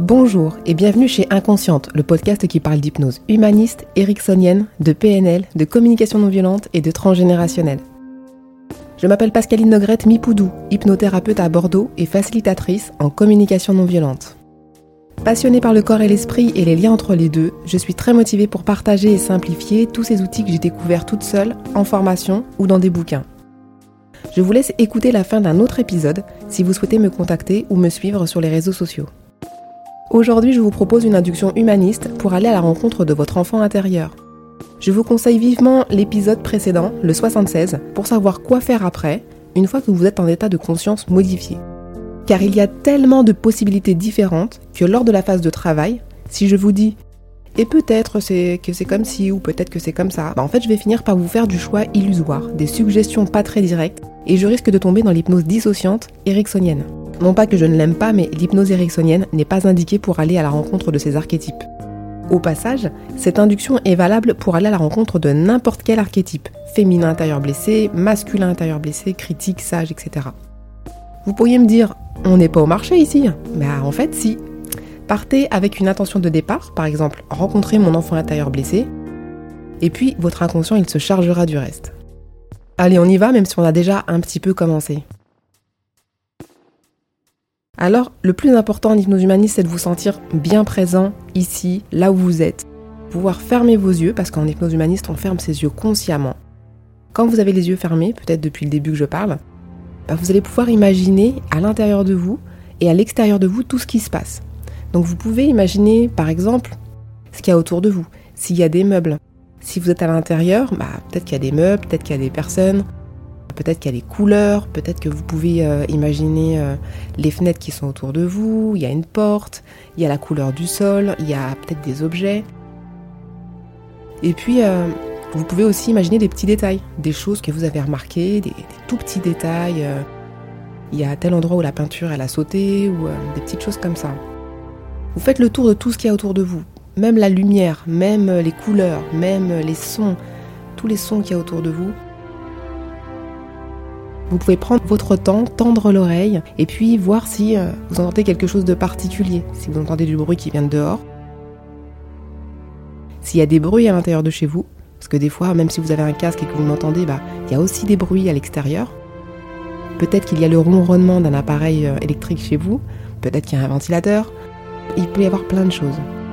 Bonjour et bienvenue chez Inconsciente, le podcast qui parle d'hypnose humaniste, ericksonienne, de PNL, de communication non violente et de transgénérationnelle. Je m'appelle Pascaline Nogrette Mipoudou, hypnothérapeute à Bordeaux et facilitatrice en communication non violente. Passionnée par le corps et l'esprit et les liens entre les deux, je suis très motivée pour partager et simplifier tous ces outils que j'ai découverts toute seule, en formation ou dans des bouquins. Je vous laisse écouter la fin d'un autre épisode si vous souhaitez me contacter ou me suivre sur les réseaux sociaux. Aujourd'hui, je vous propose une induction humaniste pour aller à la rencontre de votre enfant intérieur. Je vous conseille vivement l'épisode précédent, le 76, pour savoir quoi faire après, une fois que vous êtes en état de conscience modifié. Car il y a tellement de possibilités différentes que lors de la phase de travail, si je vous dis « et peut-être que c'est comme ci ou peut-être que c'est comme ça », en fait je vais finir par vous faire du choix illusoire, des suggestions pas très directes, et je risque de tomber dans l'hypnose dissociante ericksonienne. Non pas que je ne l'aime pas, mais l'hypnose ericksonienne n'est pas indiquée pour aller à la rencontre de ces archétypes. Au passage, cette induction est valable pour aller à la rencontre de n'importe quel archétype, féminin intérieur blessé, masculin intérieur blessé, critique, sage, etc. Vous pourriez me dire, on n'est pas au marché ici. En fait, si. Partez avec une intention de départ, par exemple, rencontrer mon enfant intérieur blessé, et puis votre inconscient, il se chargera du reste. Allez, on y va, même si on a déjà un petit peu commencé. Alors, le plus important en hypnose humaniste, c'est de vous sentir bien présent, ici, là où vous êtes. Pouvoir fermer vos yeux, parce qu'en hypnose humaniste, on ferme ses yeux consciemment. Quand vous avez les yeux fermés, peut-être depuis le début que je parle, vous allez pouvoir imaginer à l'intérieur de vous et à l'extérieur de vous tout ce qui se passe. Donc vous pouvez imaginer, par exemple, ce qu'il y a autour de vous, s'il y a des meubles. Si vous êtes à l'intérieur, peut-être qu'il y a des meubles, peut-être qu'il y a des personnes, peut-être qu'il y a des couleurs, peut-être que vous pouvez imaginer les fenêtres qui sont autour de vous, il y a une porte, il y a la couleur du sol, il y a peut-être des objets. Et puis, vous pouvez aussi imaginer des petits détails, des choses que vous avez remarquées, des tout petits détails. Il y a tel endroit où la peinture elle a sauté, ou des petites choses comme ça. Vous faites le tour de tout ce qu'il y a autour de vous, même la lumière, même les couleurs, même les sons, tous les sons qu'il y a autour de vous. Vous pouvez prendre votre temps, tendre l'oreille et puis voir si vous entendez quelque chose de particulier, si vous entendez du bruit qui vient de dehors. S'il y a des bruits à l'intérieur de chez vous, parce que des fois, même si vous avez un casque et que vous m'entendez, il y a aussi des bruits à l'extérieur. Peut-être qu'il y a le ronronnement d'un appareil électrique chez vous, peut-être qu'il y a un ventilateur, il peut y avoir plein de choses.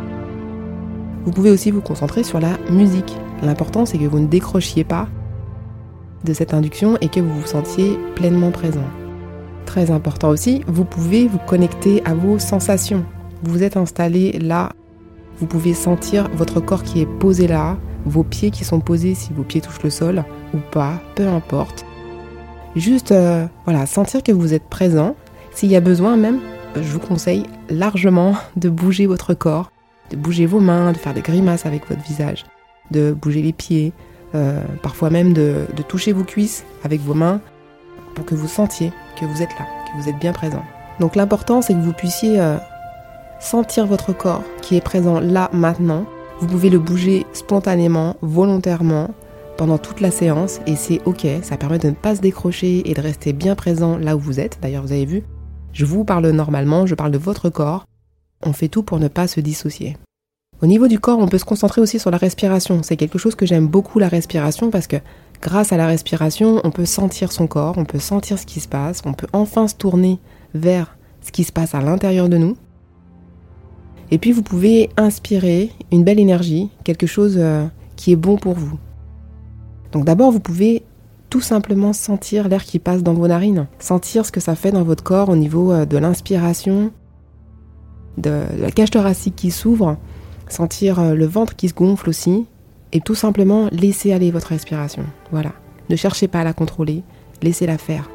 Vous pouvez aussi vous concentrer sur la musique. L'important, c'est que vous ne décrochiez pas de cette induction et que vous vous sentiez pleinement présent. Très important aussi, vous pouvez vous connecter à vos sensations. Vous êtes installé là, vous pouvez sentir votre corps qui est posé là, vos pieds qui sont posés si vos pieds touchent le sol ou pas, peu importe. Juste sentir que vous êtes présent. S'il y a besoin même, je vous conseille largement de bouger votre corps, de bouger vos mains, de faire des grimaces avec votre visage, de bouger les pieds, parfois même de toucher vos cuisses avec vos mains pour que vous sentiez que vous êtes là, que vous êtes bien présent. Donc l'important, c'est que vous puissiez sentir votre corps qui est présent là, maintenant. Vous pouvez le bouger spontanément, volontairement, pendant toute la séance et c'est ok, ça permet de ne pas se décrocher et de rester bien présent là où vous êtes. D'ailleurs, vous avez vu, je vous parle normalement, je parle de votre corps. On fait tout pour ne pas se dissocier. Au niveau du corps, on peut se concentrer aussi sur la respiration. C'est quelque chose que j'aime beaucoup, la respiration, parce que grâce à la respiration, on peut sentir son corps, on peut sentir ce qui se passe, on peut enfin se tourner vers ce qui se passe à l'intérieur de nous. Et puis vous pouvez inspirer une belle énergie, quelque chose qui est bon pour vous. Donc d'abord, vous pouvez tout simplement sentir l'air qui passe dans vos narines, sentir ce que ça fait dans votre corps au niveau de l'inspiration, de la cage thoracique qui s'ouvre, sentir le ventre qui se gonfle aussi, et tout simplement laisser aller votre respiration. Voilà. Ne cherchez pas à la contrôler, laissez-la faire.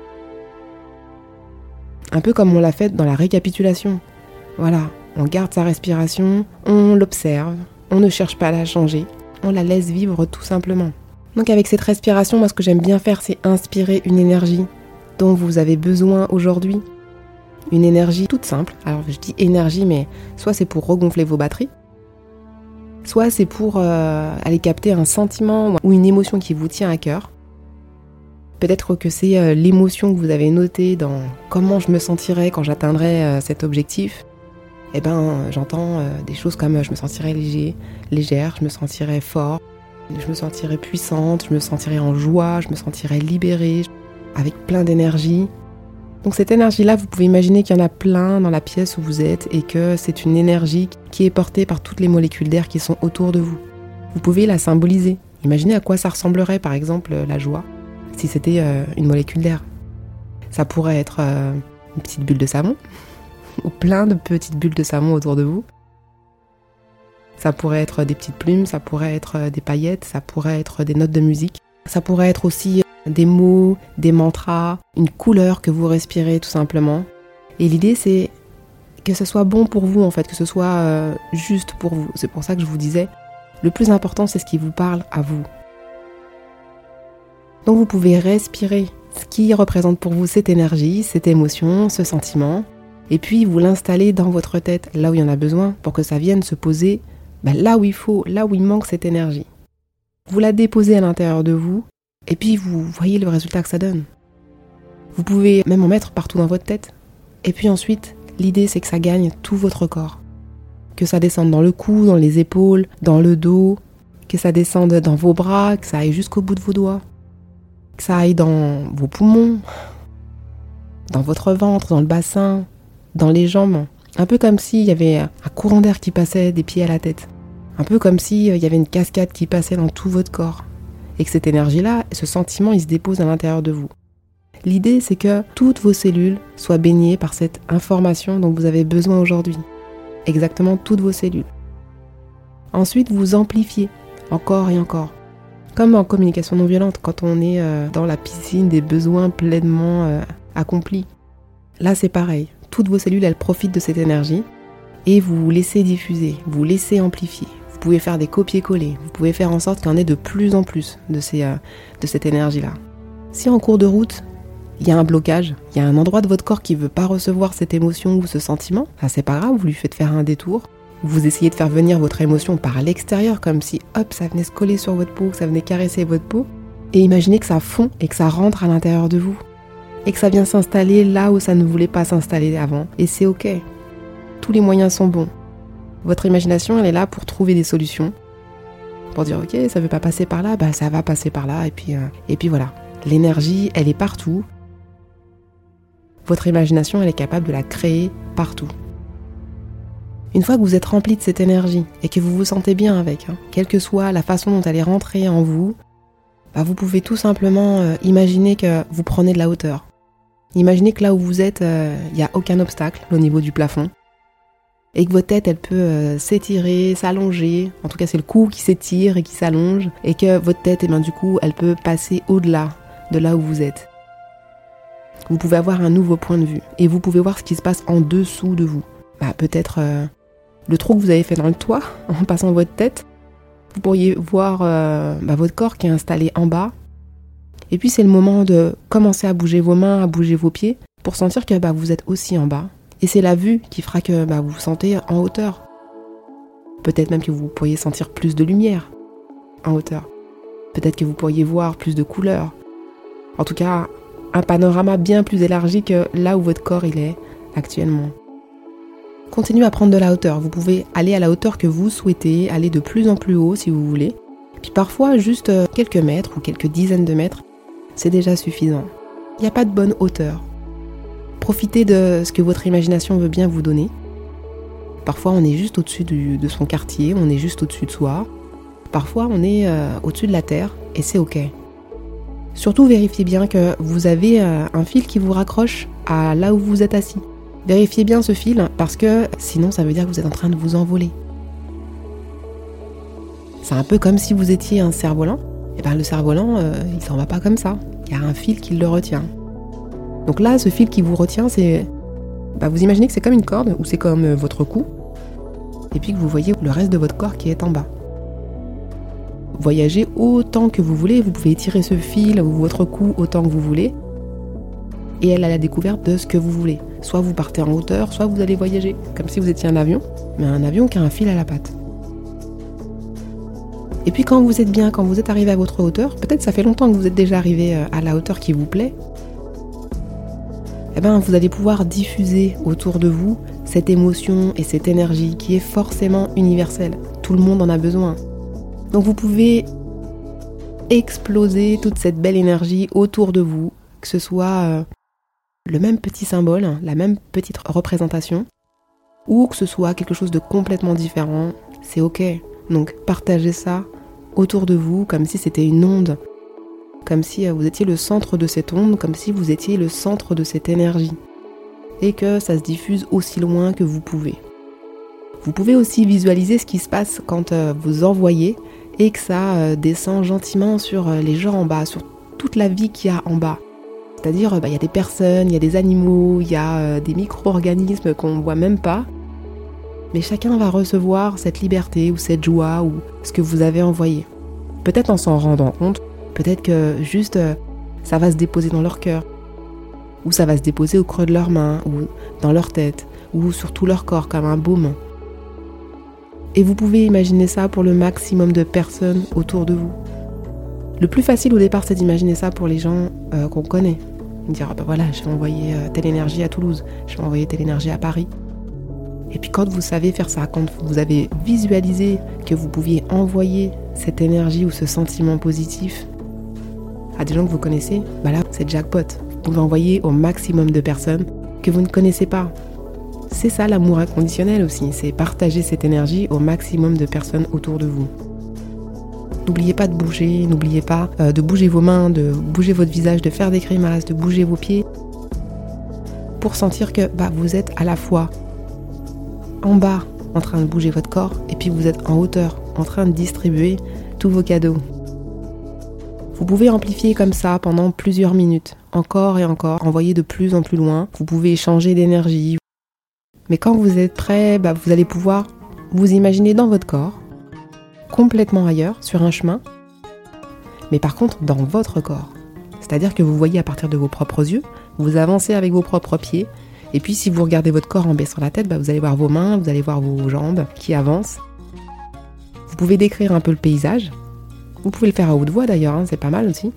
Un peu comme on l'a fait dans la récapitulation. Voilà, on garde sa respiration, on l'observe, on ne cherche pas à la changer, on la laisse vivre tout simplement. Donc avec cette respiration, moi ce que j'aime bien faire, c'est inspirer une énergie dont vous avez besoin aujourd'hui. Une énergie toute simple. Alors je dis énergie, mais soit c'est pour regonfler vos batteries, soit c'est pour aller capter un sentiment ou une émotion qui vous tient à cœur. Peut-être que c'est l'émotion que vous avez notée dans comment je me sentirais quand j'atteindrais cet objectif. j'entends des choses comme je me sentirais légère, je me sentirais fort, je me sentirais puissante, je me sentirais en joie, je me sentirais libérée, avec plein d'énergie. Donc cette énergie-là, vous pouvez imaginer qu'il y en a plein dans la pièce où vous êtes et que c'est une énergie qui est portée par toutes les molécules d'air qui sont autour de vous. Vous pouvez la symboliser. Imaginez à quoi ça ressemblerait, par exemple, la joie, si c'était une molécule d'air. Ça pourrait être une petite bulle de savon, ou plein de petites bulles de savon autour de vous. Ça pourrait être des petites plumes, ça pourrait être des paillettes, ça pourrait être des notes de musique. Ça pourrait être aussi des mots, des mantras, une couleur que vous respirez tout simplement. Et l'idée c'est que ce soit bon pour vous en fait, que ce soit juste pour vous. C'est pour ça que je vous disais, le plus important c'est ce qui vous parle à vous. Donc vous pouvez respirer ce qui représente pour vous cette énergie, cette émotion, ce sentiment, et puis vous l'installez dans votre tête, là où il y en a besoin, pour que ça vienne se poser là où il faut, là où il manque cette énergie. Vous la déposez à l'intérieur de vous, et puis vous voyez le résultat que ça donne. Vous pouvez même en mettre partout dans votre tête. Et puis ensuite, l'idée c'est que ça gagne tout votre corps. Que ça descende dans le cou, dans les épaules, dans le dos, que ça descende dans vos bras, que ça aille jusqu'au bout de vos doigts, que ça aille dans vos poumons, dans votre ventre, dans le bassin, dans les jambes. Un peu comme s'il y avait un courant d'air qui passait des pieds à la tête. Un peu comme s'il y avait une cascade qui passait dans tout votre corps. Et que cette énergie-là, ce sentiment, il se dépose à l'intérieur de vous. L'idée, c'est que toutes vos cellules soient baignées par cette information dont vous avez besoin aujourd'hui. Exactement toutes vos cellules. Ensuite, vous amplifiez encore et encore. Comme en communication non violente, quand on est dans la piscine des besoins pleinement accomplis. Là, c'est pareil. Toutes vos cellules, elles profitent de cette énergie et vous vous laissez diffuser, vous laissez amplifier. Vous pouvez faire des copier-coller, vous pouvez faire en sorte qu'il y en ait de plus en plus de cette énergie-là. Si en cours de route, il y a un blocage, il y a un endroit de votre corps qui ne veut pas recevoir cette émotion ou ce sentiment, c'est pas grave, vous lui faites faire un détour. Vous essayez de faire venir votre émotion par l'extérieur, comme si hop, ça venait se coller sur votre peau, que ça venait caresser votre peau. Et imaginez que ça fond et que ça rentre à l'intérieur de vous. Et que ça vient s'installer là où ça ne voulait pas s'installer avant. Et c'est ok. Tous les moyens sont bons. Votre imagination, elle est là pour trouver des solutions. Pour dire ok, ça ne veut pas passer par là, ça va passer par là. Et puis voilà. L'énergie, elle est partout. Votre imagination, elle est capable de la créer partout. Une fois que vous êtes rempli de cette énergie et que vous vous sentez bien avec, quelle que soit la façon dont elle est rentrée en vous, vous pouvez tout simplement imaginer que vous prenez de la hauteur. Imaginez que là où vous êtes, il n'y a aucun obstacle au niveau du plafond et que votre tête, elle peut s'étirer, s'allonger. En tout cas, c'est le cou qui s'étire et qui s'allonge et que votre tête, du coup, elle peut passer au-delà de là où vous êtes. Vous pouvez avoir un nouveau point de vue et vous pouvez voir ce qui se passe en dessous de vous. Peut-être le trou que vous avez fait dans le toit en passant votre tête. Vous pourriez voir votre corps qui est installé en bas. Et puis c'est le moment de commencer à bouger vos mains, à bouger vos pieds pour sentir que vous êtes aussi en bas. Et c'est la vue qui fera que vous vous sentez en hauteur. Peut-être même que vous pourriez sentir plus de lumière en hauteur. Peut-être que vous pourriez voir plus de couleurs. En tout cas, un panorama bien plus élargi que là où votre corps il est actuellement. Continuez à prendre de la hauteur. Vous pouvez aller à la hauteur que vous souhaitez, aller de plus en plus haut si vous voulez. Puis parfois, juste quelques mètres ou quelques dizaines de mètres, c'est déjà suffisant. Il n'y a pas de bonne hauteur. Profitez de ce que votre imagination veut bien vous donner. Parfois, on est juste au-dessus de son quartier, on est juste au-dessus de soi. Parfois, on est au-dessus de la terre et c'est ok. Surtout, vérifiez bien que vous avez un fil qui vous raccroche à là où vous êtes assis. Vérifiez bien ce fil parce que sinon ça veut dire que vous êtes en train de vous envoler. C'est un peu comme si vous étiez un cerf-volant. Le cerf-volant, il s'en va pas comme ça. Il y a un fil qui le retient. Donc là, ce fil qui vous retient, c'est... vous imaginez que c'est comme une corde ou c'est comme votre cou. Et puis que vous voyez le reste de votre corps qui est en bas. Voyagez autant que vous voulez. Vous pouvez étirer ce fil ou votre cou autant que vous voulez. Et elle a la découverte de ce que vous voulez. Soit vous partez en hauteur, soit vous allez voyager, comme si vous étiez un avion, mais un avion qui a un fil à la patte. Et puis quand vous êtes bien, quand vous êtes arrivé à votre hauteur, peut-être ça fait longtemps que vous êtes déjà arrivé à la hauteur qui vous plaît, vous allez pouvoir diffuser autour de vous cette émotion et cette énergie qui est forcément universelle. Tout le monde en a besoin. Donc vous pouvez exploser toute cette belle énergie autour de vous, que ce soit le même petit symbole, la même petite représentation, ou que ce soit quelque chose de complètement différent, c'est ok. Donc partagez ça autour de vous comme si c'était une onde, comme si vous étiez le centre de cette onde, comme si vous étiez le centre de cette énergie, et que ça se diffuse aussi loin que vous pouvez. Vous pouvez aussi visualiser ce qui se passe quand vous envoyez et que ça descend gentiment sur les gens en bas, sur toute la vie qu'il y a en bas. C'est-à-dire, il y a des personnes, il y a des animaux, il y a des micro-organismes qu'on ne voit même pas. Mais chacun va recevoir cette liberté ou cette joie ou ce que vous avez envoyé. Peut-être en s'en rendant compte, peut-être que juste ça va se déposer dans leur cœur, ou ça va se déposer au creux de leurs mains, ou dans leur tête, ou sur tout leur corps comme un baume. Et vous pouvez imaginer ça pour le maximum de personnes autour de vous. Le plus facile au départ, c'est d'imaginer ça pour les gens qu'on connaît. Dire, voilà, je vais envoyer telle énergie à Toulouse, je vais envoyer telle énergie à Paris. Et puis quand vous savez faire ça, quand vous avez visualisé que vous pouviez envoyer cette énergie ou ce sentiment positif à des gens que vous connaissez, là, c'est jackpot. Vous pouvez envoyer au maximum de personnes que vous ne connaissez pas. C'est ça l'amour inconditionnel aussi, c'est partager cette énergie au maximum de personnes autour de vous. N'oubliez pas de bouger, n'oubliez pas de bouger vos mains, de bouger votre visage, de faire des grimaces, de bouger vos pieds pour sentir que vous êtes à la fois en bas en train de bouger votre corps et puis vous êtes en hauteur en train de distribuer tous vos cadeaux. Vous pouvez amplifier comme ça pendant plusieurs minutes, encore et encore, envoyer de plus en plus loin. Vous pouvez changer d'énergie. Mais quand vous êtes prêt, vous allez pouvoir vous imaginer dans votre corps, complètement ailleurs, sur un chemin, mais par contre dans votre corps. C'est-à-dire que vous voyez à partir de vos propres yeux, vous avancez avec vos propres pieds, et puis si vous regardez votre corps en baissant la tête, vous allez voir vos mains, vous allez voir vos jambes qui avancent. Vous pouvez décrire un peu le paysage. Vous pouvez le faire à haute voix d'ailleurs, c'est pas mal aussi.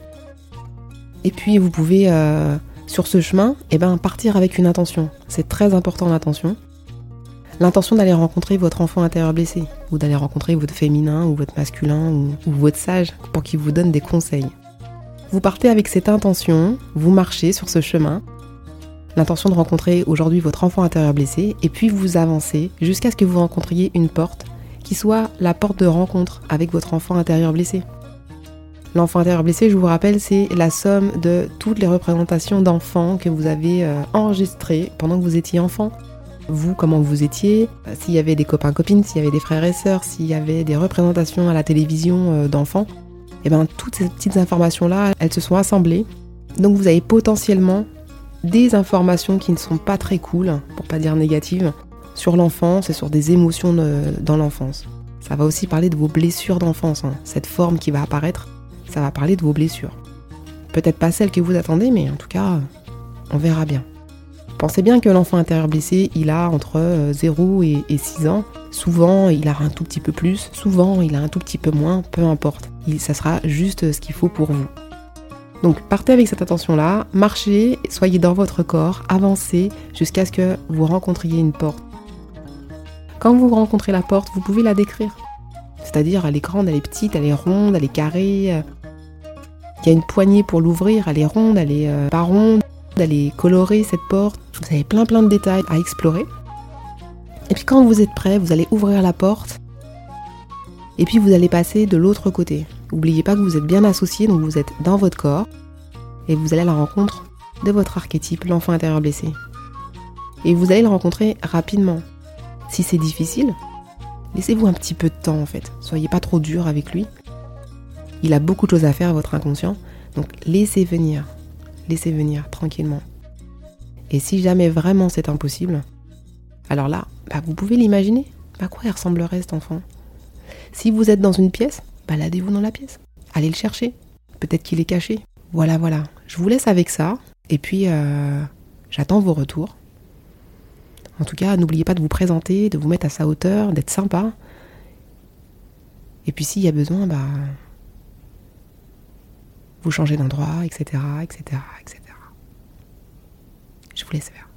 Et puis vous pouvez, sur ce chemin, partir avec une intention. C'est très important l'intention. L'intention d'aller rencontrer votre enfant intérieur blessé, ou d'aller rencontrer votre féminin, ou votre masculin, ou votre sage, pour qu'il vous donne des conseils. Vous partez avec cette intention, vous marchez sur ce chemin, l'intention de rencontrer aujourd'hui votre enfant intérieur blessé, et puis vous avancez jusqu'à ce que vous rencontriez une porte qui soit la porte de rencontre avec votre enfant intérieur blessé. L'enfant intérieur blessé, je vous rappelle, c'est la somme de toutes les représentations d'enfants que vous avez enregistrées pendant que vous étiez enfant. Vous, comment vous étiez, s'il y avait des copains-copines, s'il y avait des frères et sœurs, s'il y avait des représentations à la télévision d'enfants, toutes ces petites informations-là, elles se sont assemblées. Donc vous avez potentiellement des informations qui ne sont pas très cool, pour pas dire négatives, sur l'enfance et sur des émotions dans l'enfance. Ça va aussi parler de vos blessures d'enfance. Cette forme qui va apparaître, ça va parler de vos blessures. Peut-être pas celles que vous attendez, mais en tout cas, on verra bien. Pensez bien que l'enfant intérieur blessé, il a entre 0 et 6 ans. Souvent, il a un tout petit peu plus. Souvent, il a un tout petit peu moins. Peu importe. Ça sera juste ce qu'il faut pour vous. Donc, partez avec cette attention-là. Marchez, soyez dans votre corps. Avancez jusqu'à ce que vous rencontriez une porte. Quand vous rencontrez la porte, vous pouvez la décrire. C'est-à-dire, elle est grande, elle est petite, elle est ronde, elle est carrée. Il y a une poignée pour l'ouvrir, elle est ronde, elle est pas ronde, elle est colorée cette porte. Vous avez plein de détails à explorer. Et puis quand vous êtes prêt, vous allez ouvrir la porte. Et puis vous allez passer de l'autre côté. N'oubliez pas que vous êtes bien associés, donc vous êtes dans votre corps. Et vous allez à la rencontre de votre archétype, l'enfant intérieur blessé. Et vous allez le rencontrer rapidement. Si c'est difficile, laissez-vous un petit peu de temps en fait. Soyez pas trop dur avec lui. Il a beaucoup de choses à faire, votre inconscient. Donc laissez venir tranquillement. Et si jamais vraiment c'est impossible, alors là, vous pouvez l'imaginer. À quoi il ressemblerait cet enfant ? Si vous êtes dans une pièce, baladez-vous dans la pièce. Allez le chercher. Peut-être qu'il est caché. Voilà. Je vous laisse avec ça. Et puis, j'attends vos retours. En tout cas, n'oubliez pas de vous présenter, de vous mettre à sa hauteur, d'être sympa. Et puis s'il y a besoin, vous changez d'endroit, etc. Je vous laisse faire.